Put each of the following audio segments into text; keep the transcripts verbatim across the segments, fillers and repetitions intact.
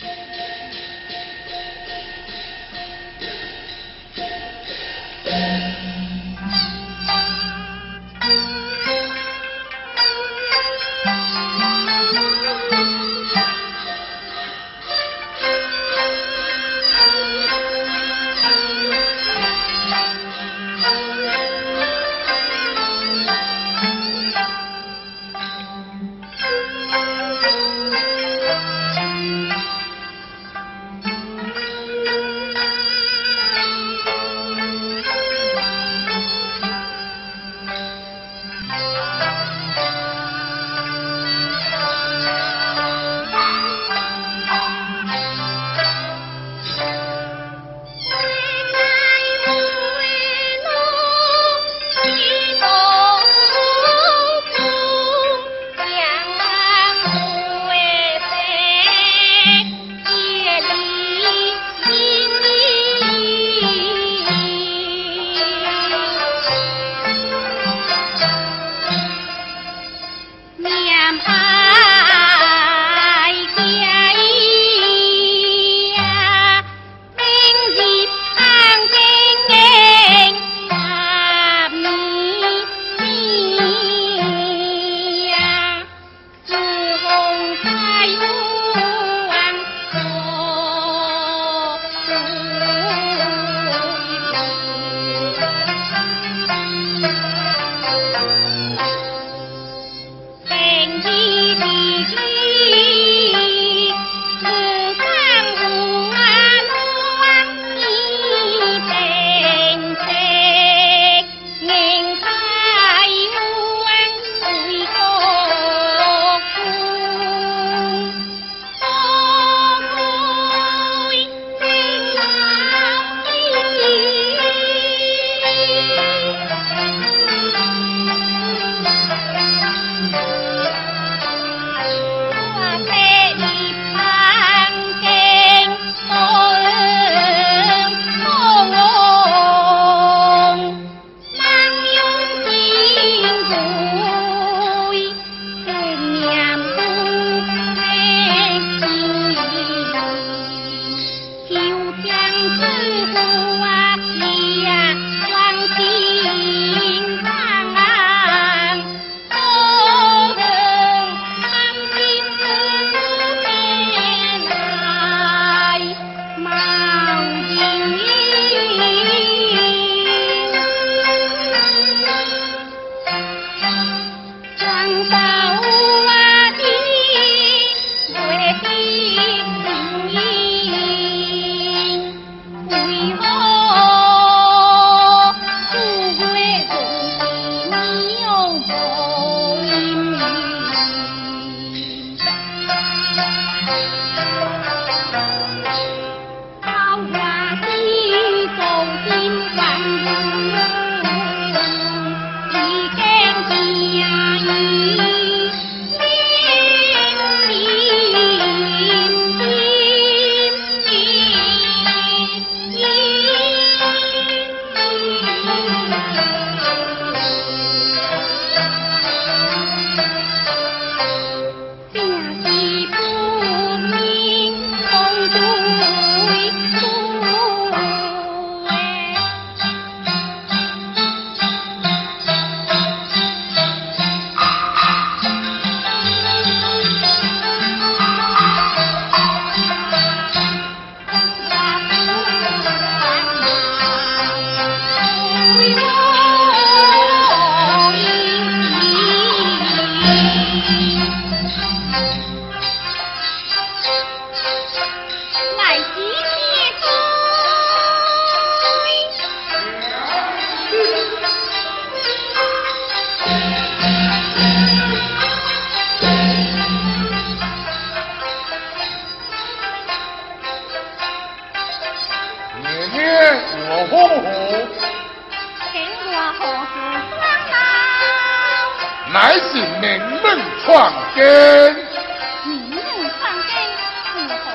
乃是名门创建， 名门创建是何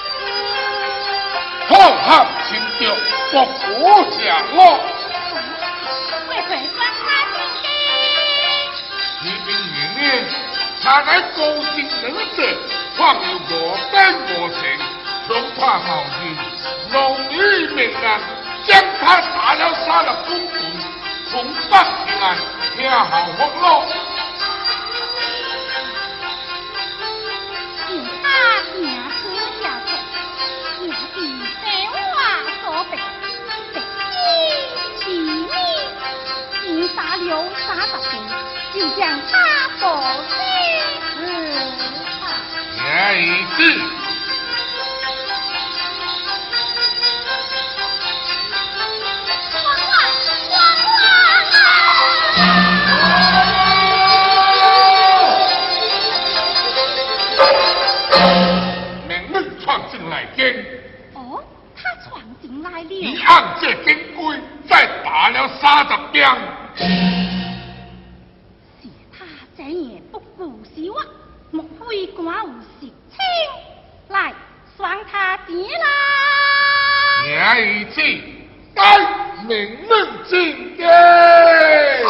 意思？浩瀚清调，不可下落。 为何说他进京？ 启禀明年，他乃高兴能者，况有无本无情。 化茂日，龙宇明暗，将他打了杀了公公，恐北平安，听候福禄。 是他行此下策，也是生化所病，直击其命，已杀了三十个，就将他捕死此法。 也已是。 哦，他闯进来了。 你按这金龟，再打了三十鞭。 是他这夜不顾死活，莫非官有实情？来，算他钱来。 也已是，该明论正嘅。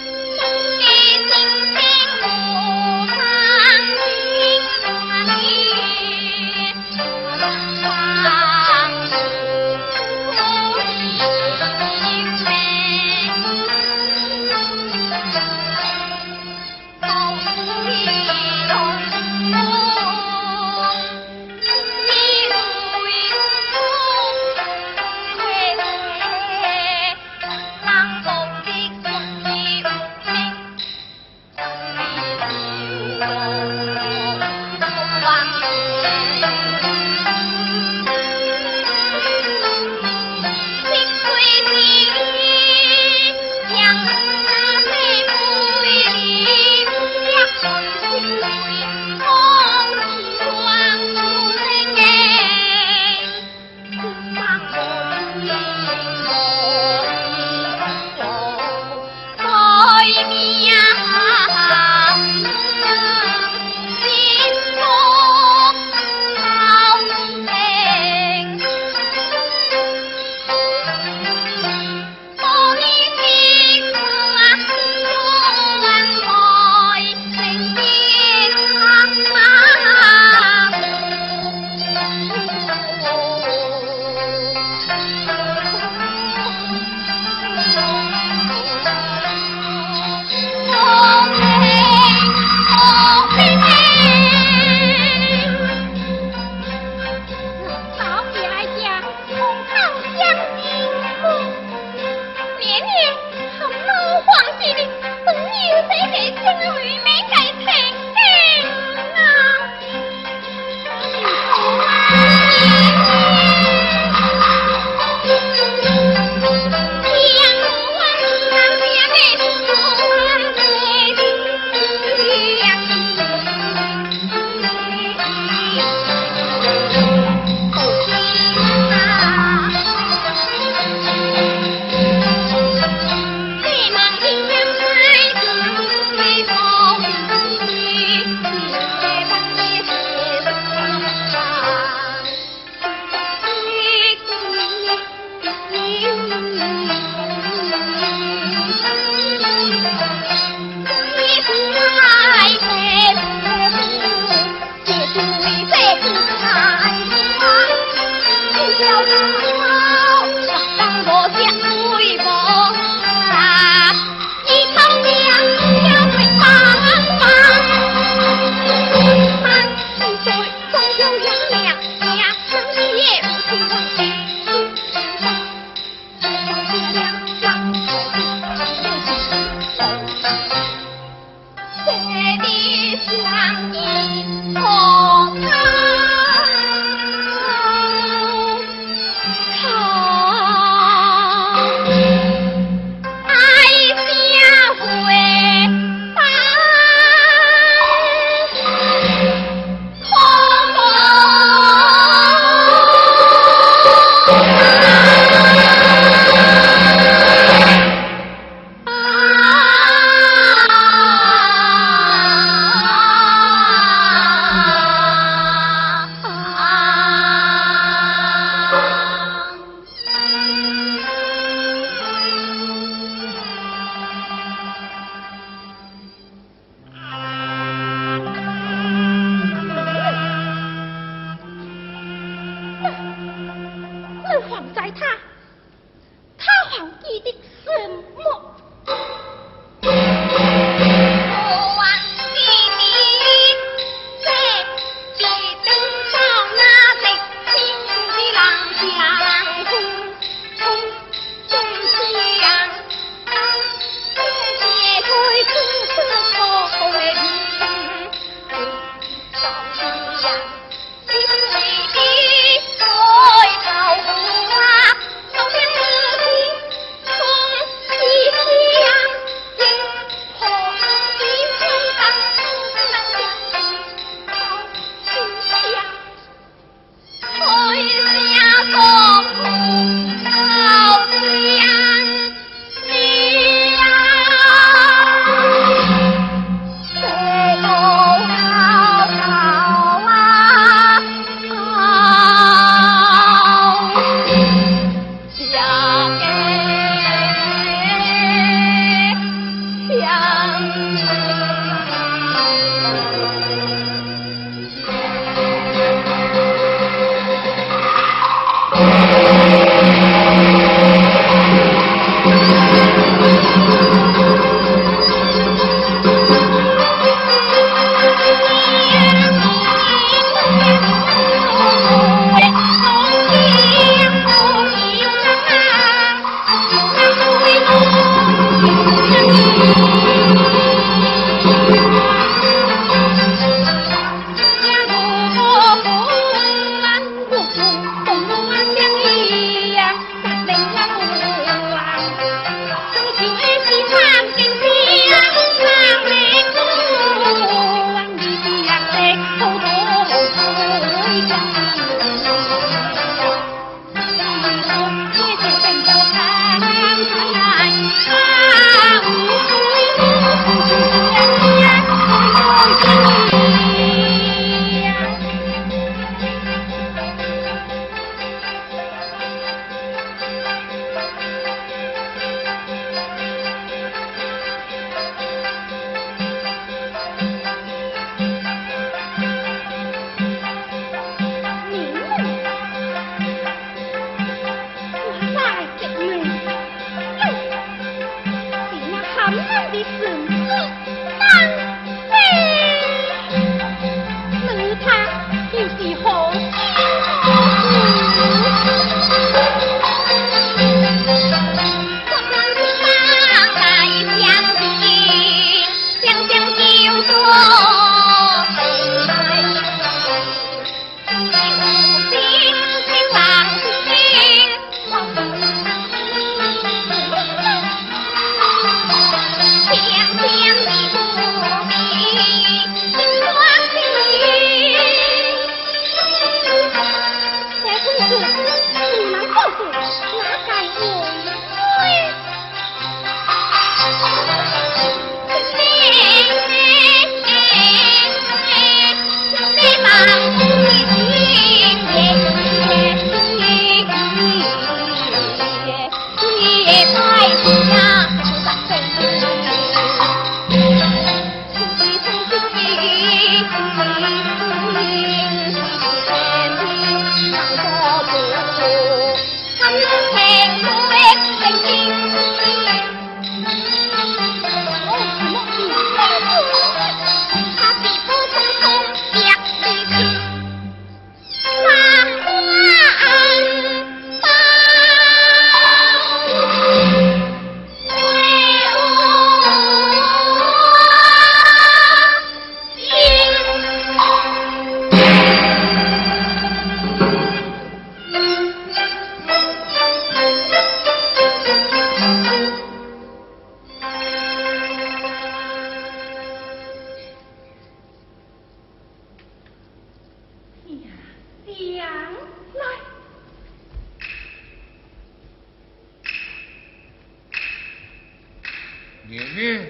你将来。 妹妹。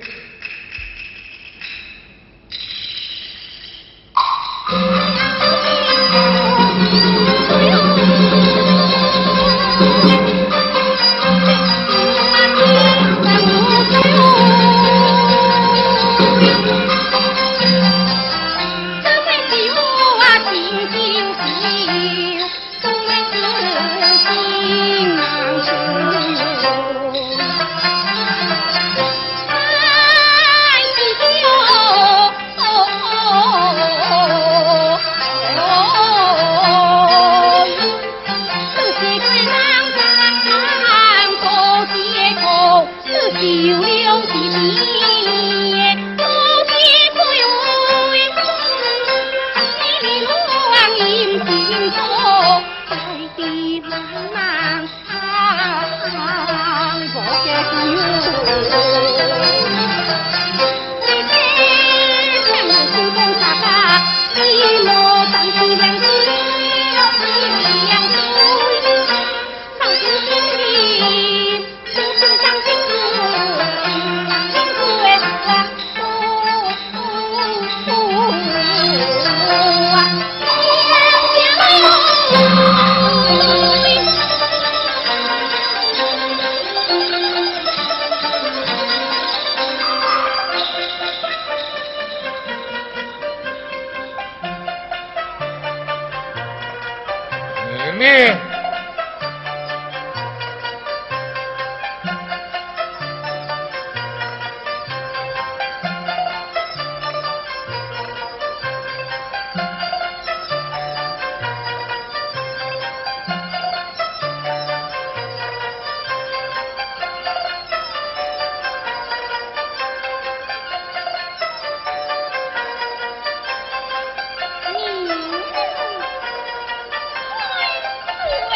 你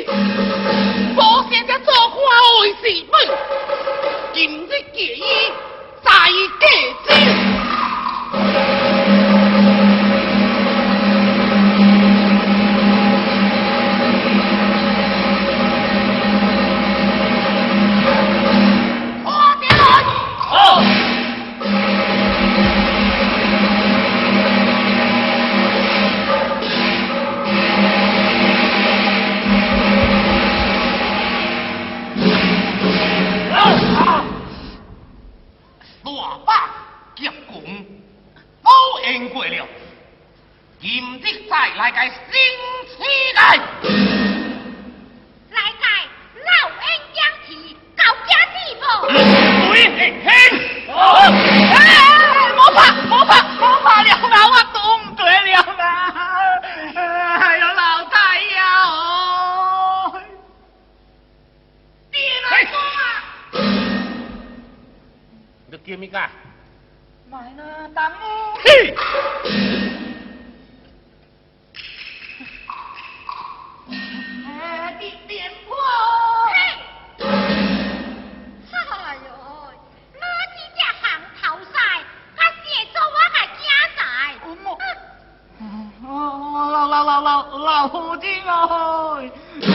我现在做花为是本，今日结义再结之。来个新时代， 来个老恩将旗，高家地步。 对，嘿，哎，莫怕，莫怕，莫怕了，我懂对了啦。哎呦，老大呀，哦，爹来说啊， 你叫咩噶？ 买呢，当我。 嘿。 点破！ 嘿，哎呦，我这只行头赛，他写做我个家仔。 哦，老老老老老夫人哦，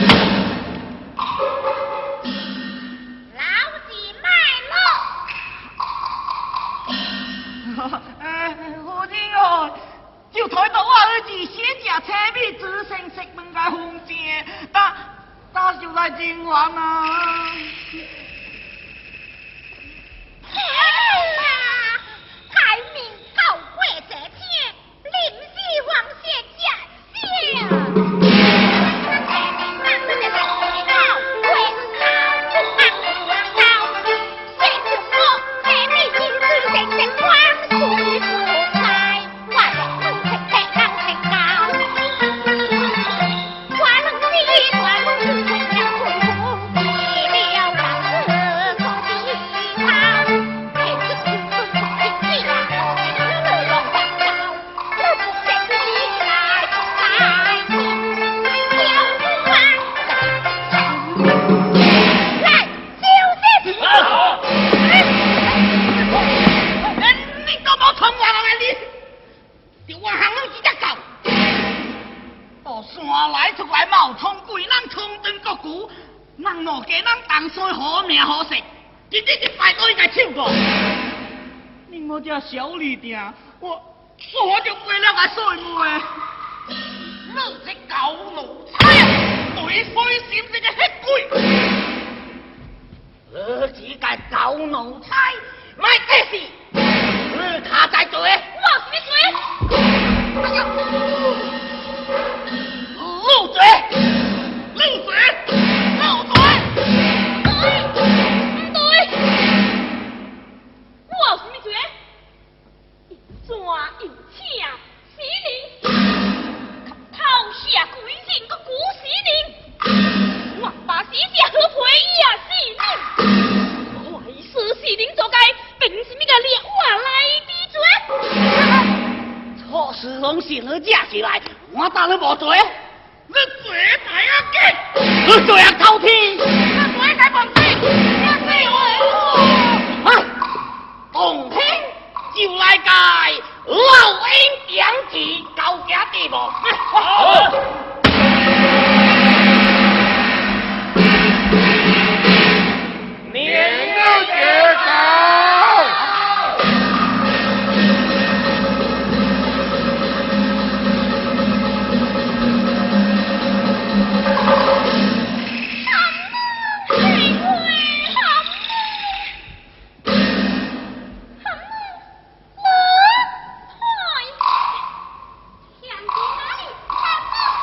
老子卖路。哎，夫人哦，就睇到我儿子写只车米子成食物个红姐，但。他就来今晚啊！ 台面高过这天，临时王谢驾下。 小李定，我我就为了个水妹， 你这狗奴才，对水心这个黑鬼， 你这个狗奴才，卖这事，你他在做， 我是谁？哎呀， 露嘴，露嘴，露嘴， 对，对，我是咩罪？抓有请死灵，头下鬼人个古死灵，我把死者和陪也死灵，坏事死灵做该，凭什么个烈火来逼罪？ 错事拢是你架起来，我打你无罪， 你罪牌啊给， 你罪啊滔天， 你罪该放屁，你死我！ 啊，动听。就来个老鹰将旗高家地步。好。 年幼结高。 天地哪里看不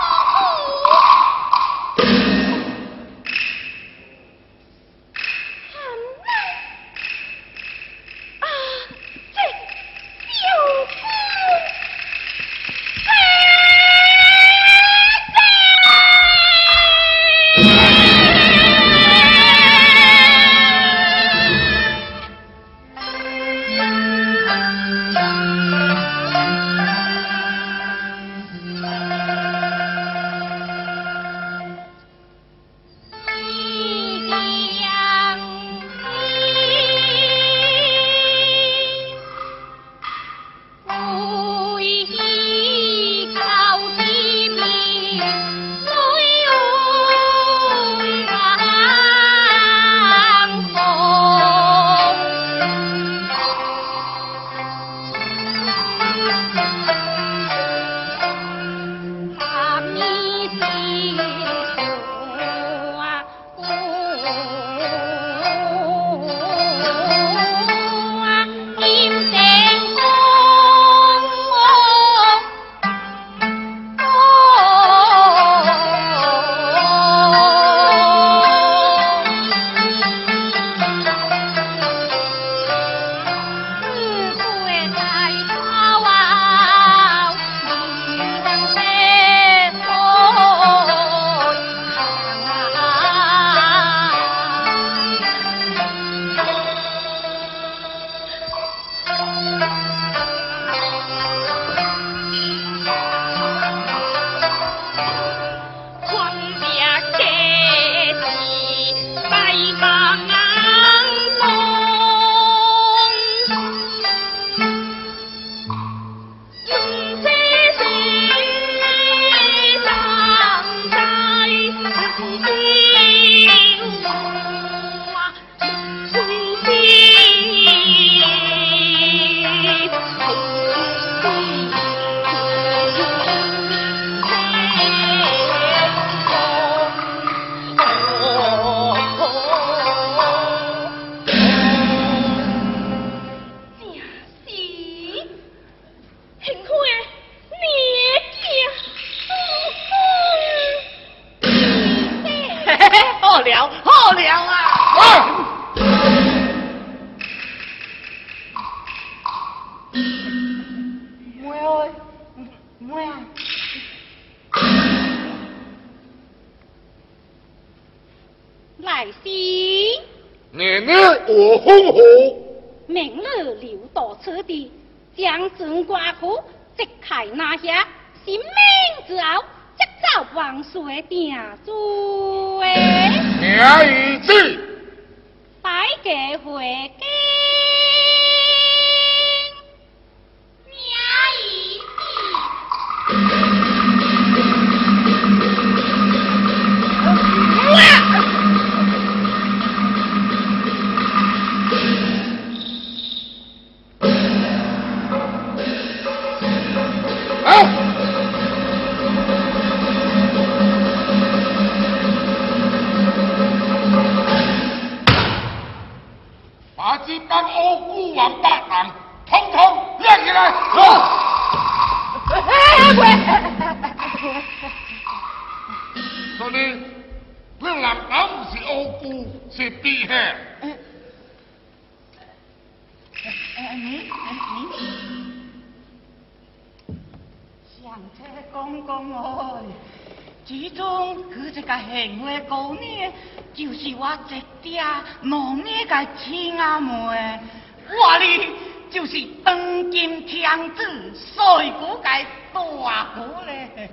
来时， 奶奶我风火， 明日流到此地，将军寡妇即开拿下，性命之后，即走王水定罪。 名已至， 拜家回京。名已至。 把这帮欧孤王八人统统抓起来！所以，我人敢不是欧孤，是地下。 你你，上车公公哦，其中佢这个行为姑娘，就是我一爹农业个亲阿妹，我哩就是当今天子水谷个大姑咧。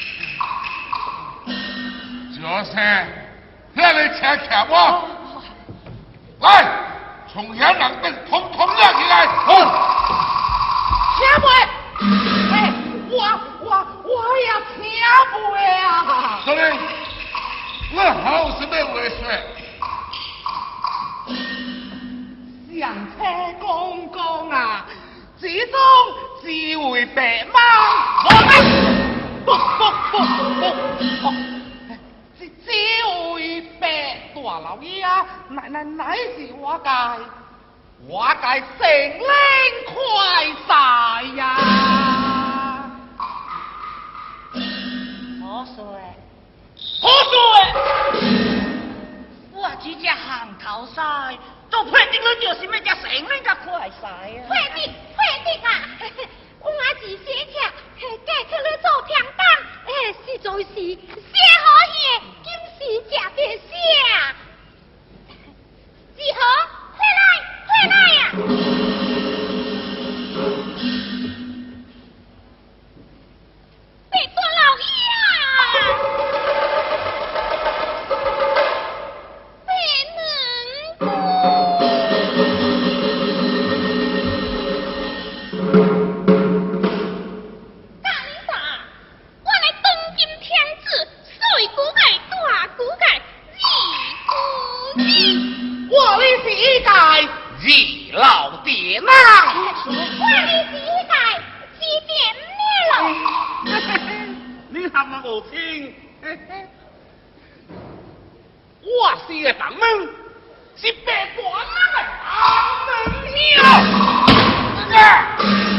就是，遐个车徛我，来，从遐人等统统抓起来！ 车妹，哎，我我我也车妹啊！ 所以，我好是要话说。 上车公公啊，这种只为白猫，不不不不不，只只为白大老爷啊！乃乃乃是我家，我家成领快晒呀！好说，好说，我只只行头晒。做配定了就是咩叫成呢个快晒啊！ 配定配定啊！我是写车，改出来做平当，哎，实在是写好嘢，今时食得写。如何？快来，快来呀！白大老爷啊！ 我是个当门，是白大人的当门呀！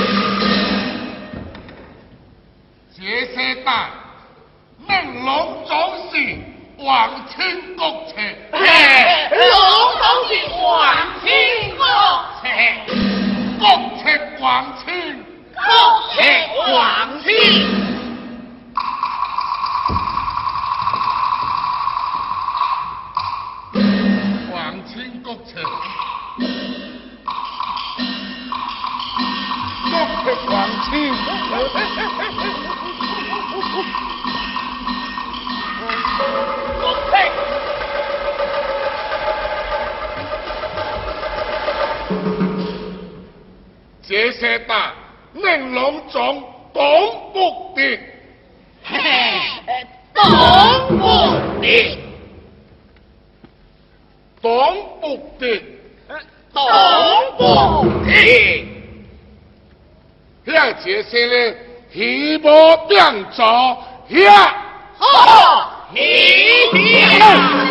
这些蛋，命龙总是皇亲国戚， 龙总是皇亲国戚， 国戚皇亲， 国戚皇亲。 国戚，国戚皇亲， 国戚， 这些大令龙总懂不得， 懂不得。 东不定， 东不定。 遐节生咧，鱼无变做遐。 好，鱼。